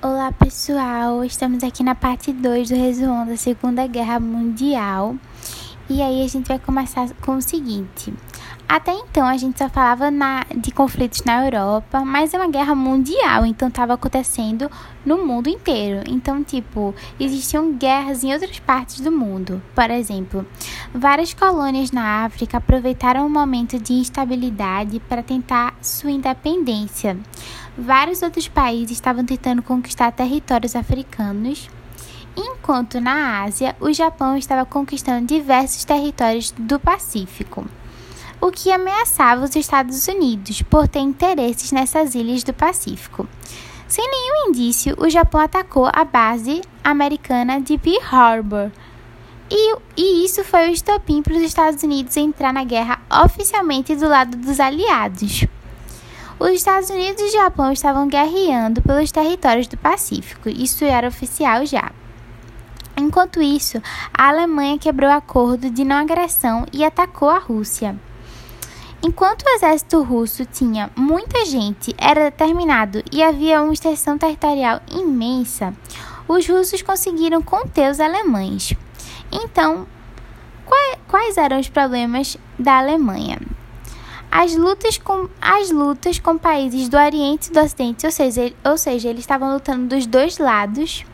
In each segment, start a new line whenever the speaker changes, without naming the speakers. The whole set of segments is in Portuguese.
Olá pessoal, estamos aqui na parte 2 do resumo da Segunda Guerra Mundial. E aí a gente vai começar com o seguinte. Até então a gente só falava de conflitos na Europa, mas é uma guerra mundial, então estava acontecendo no mundo inteiro. Então, existiam guerras em outras partes do mundo. Por exemplo, várias colônias na África aproveitaram o momento de instabilidade para tentar sua independência. Vários outros países estavam tentando conquistar territórios africanos, enquanto na Ásia, o Japão estava conquistando diversos territórios do Pacífico, o que ameaçava os Estados Unidos por ter interesses nessas ilhas do Pacífico. Sem nenhum indício, o Japão atacou a base americana de Pearl Harbor, e isso foi o estopim para os Estados Unidos entrar na guerra oficialmente do lado dos aliados. Os Estados Unidos e o Japão estavam guerreando pelos territórios do Pacífico, isso era oficial já. Enquanto isso, a Alemanha quebrou o acordo de não agressão e atacou a Rússia. Enquanto o exército russo tinha muita gente, era determinado e havia uma extensão territorial imensa, os russos conseguiram conter os alemães. Então, quais eram os problemas da Alemanha? As lutas com países do Oriente e do Ocidente, ou seja, eles estavam lutando dos dois lados.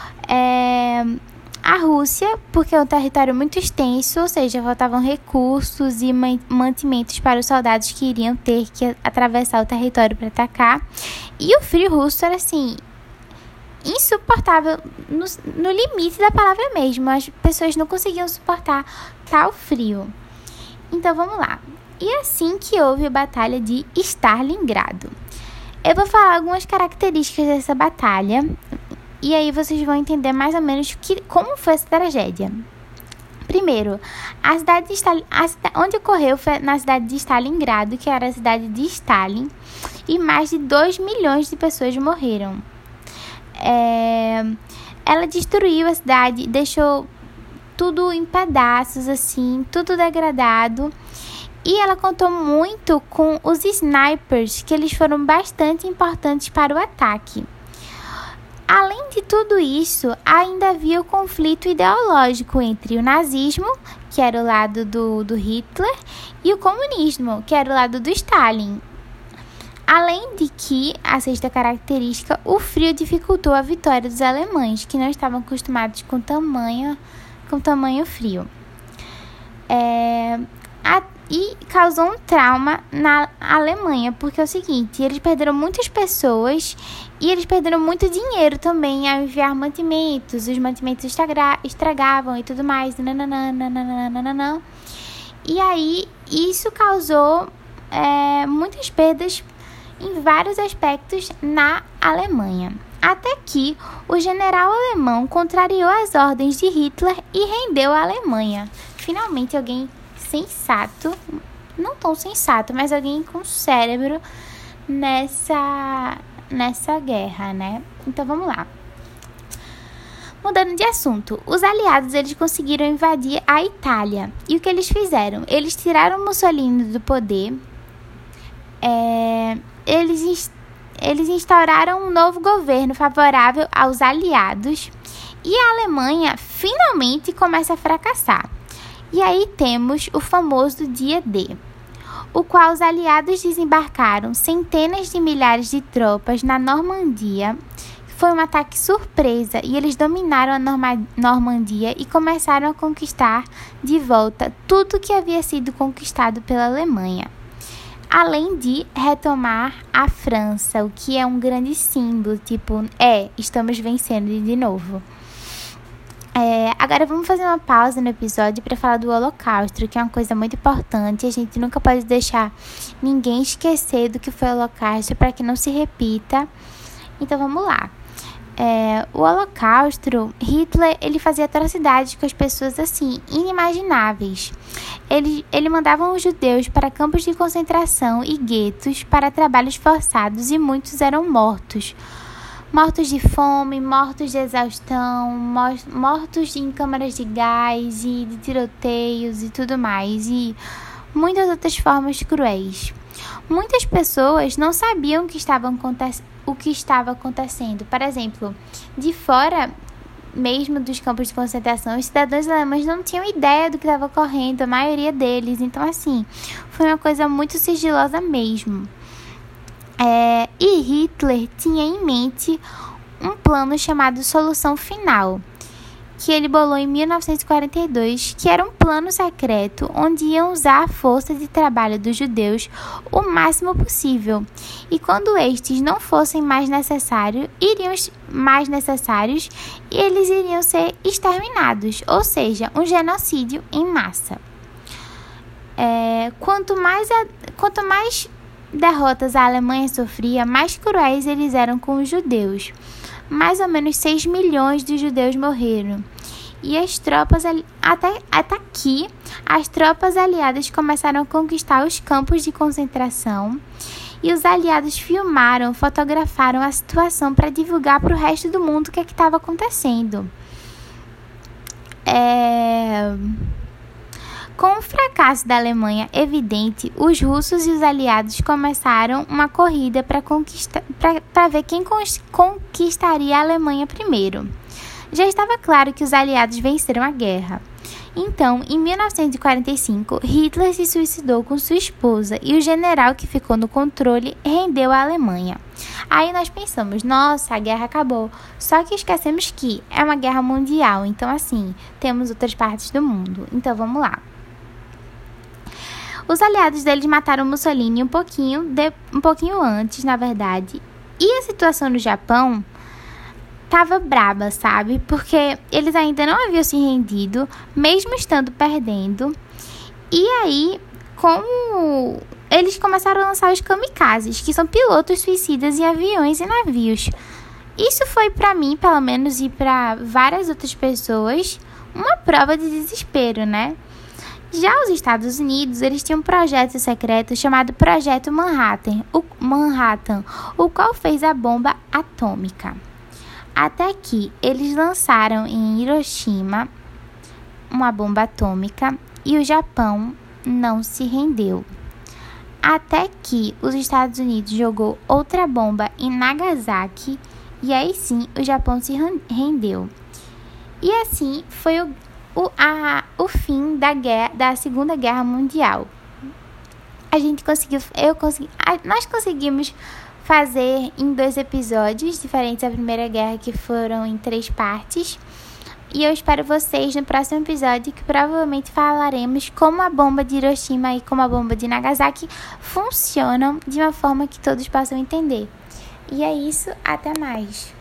A Rússia, porque é um território muito extenso, ou seja, faltavam recursos e mantimentos para os soldados que iriam ter que atravessar o território para atacar. E o frio russo era insuportável, no limite da palavra mesmo. As pessoas não conseguiam suportar tal frio. Então vamos lá. E assim que houve a Batalha de Stalingrado. Eu vou falar algumas características dessa batalha, e aí vocês vão entender mais ou menos como foi essa tragédia. Primeiro, onde ocorreu foi na cidade de Stalingrado, que era a cidade de Stalin, e mais de 2 milhões de pessoas morreram. Ela destruiu a cidade, deixou tudo em pedaços, tudo degradado. E ela contou muito com os snipers, que eles foram bastante importantes para o ataque. Além de tudo isso, ainda havia o conflito ideológico entre o nazismo, que era o lado do Hitler, e o comunismo, que era o lado do Stalin. Além de que, a sexta característica, o frio dificultou a vitória dos alemães, que não estavam acostumados com tamanho frio. E causou um trauma na Alemanha, porque é o seguinte, eles perderam muitas pessoas e eles perderam muito dinheiro também ao enviar mantimentos, os mantimentos estragavam e tudo mais, e aí isso causou muitas perdas em vários aspectos na Alemanha, até que o general alemão contrariou as ordens de Hitler e rendeu a Alemanha. Finalmente alguém sensato, não tão sensato, mas alguém com cérebro nessa guerra, né? Então vamos lá. Mudando de assunto, os aliados eles conseguiram invadir a Itália. E o que eles fizeram? Eles tiraram Mussolini do poder. Eles instauraram um novo governo favorável aos aliados. E a Alemanha finalmente começa a fracassar. E aí temos o famoso Dia D, o qual os aliados desembarcaram centenas de milhares de tropas na Normandia. Foi um ataque surpresa e eles dominaram a Normandia e começaram a conquistar de volta tudo que havia sido conquistado pela Alemanha. Além de retomar a França, o que é um grande símbolo, estamos vencendo de novo. Agora vamos fazer uma pausa no episódio para falar do Holocausto, que é uma coisa muito importante. A gente nunca pode deixar ninguém esquecer do que foi o Holocausto para que não se repita. Então vamos lá. O Holocausto, Hitler, ele fazia atrocidades com as pessoas inimagináveis. Ele mandava os judeus para campos de concentração e guetos para trabalhos forçados e muitos eram mortos. Mortos de fome, mortos de exaustão, mortos em câmaras de gás e de tiroteios e tudo mais, e muitas outras formas cruéis. Muitas pessoas não sabiam o que estava o que estava acontecendo. Por exemplo, de fora mesmo dos campos de concentração, os cidadãos alemães não tinham ideia do que estava ocorrendo, a maioria deles. Então, assim, foi uma coisa muito sigilosa mesmo. E Hitler tinha em mente um plano chamado Solução Final, que ele bolou em 1942, que era um plano secreto onde iam usar a força de trabalho dos judeus o máximo possível. E quando estes não fossem mais necessários, eles iriam ser exterminados, ou seja, um genocídio em massa. Quanto mais derrotas a Alemanha sofria, mais cruéis eles eram com os judeus. Mais ou menos 6 milhões de judeus morreram. E as tropas, até aqui, as tropas aliadas começaram a conquistar os campos de concentração. E os aliados fotografaram a situação para divulgar para o resto do mundo o que estava acontecendo. Com o fracasso da Alemanha evidente, os russos e os aliados começaram uma corrida para ver quem conquistaria a Alemanha primeiro. Já estava claro que os aliados venceram a guerra. Então, em 1945, Hitler se suicidou com sua esposa e o general que ficou no controle rendeu a Alemanha. Aí nós pensamos, nossa, a guerra acabou. Só que esquecemos que é uma guerra mundial, então assim, temos outras partes do mundo. Então vamos lá. Os aliados deles mataram Mussolini um pouquinho antes, na verdade. E a situação no Japão tava braba, sabe? Porque eles ainda não haviam se rendido, mesmo estando perdendo. E aí, como eles começaram a lançar os kamikazes, que são pilotos suicidas em aviões e navios. Isso foi para mim, pelo menos, e para várias outras pessoas, uma prova de desespero, né? Já os Estados Unidos, eles tinham um projeto secreto chamado Projeto Manhattan, o qual fez a bomba atômica. Até que eles lançaram em Hiroshima uma bomba atômica e o Japão não se rendeu. Até que os Estados Unidos jogou outra bomba em Nagasaki e aí sim o Japão se rendeu. E assim foi o fim da Segunda Guerra Mundial. Nós conseguimos fazer em 2 episódios diferentes da Primeira Guerra, que foram em 3 partes. E eu espero vocês no próximo episódio, que provavelmente falaremos como a bomba de Hiroshima e como a bomba de Nagasaki funcionam de uma forma que todos possam entender. E é isso, até mais!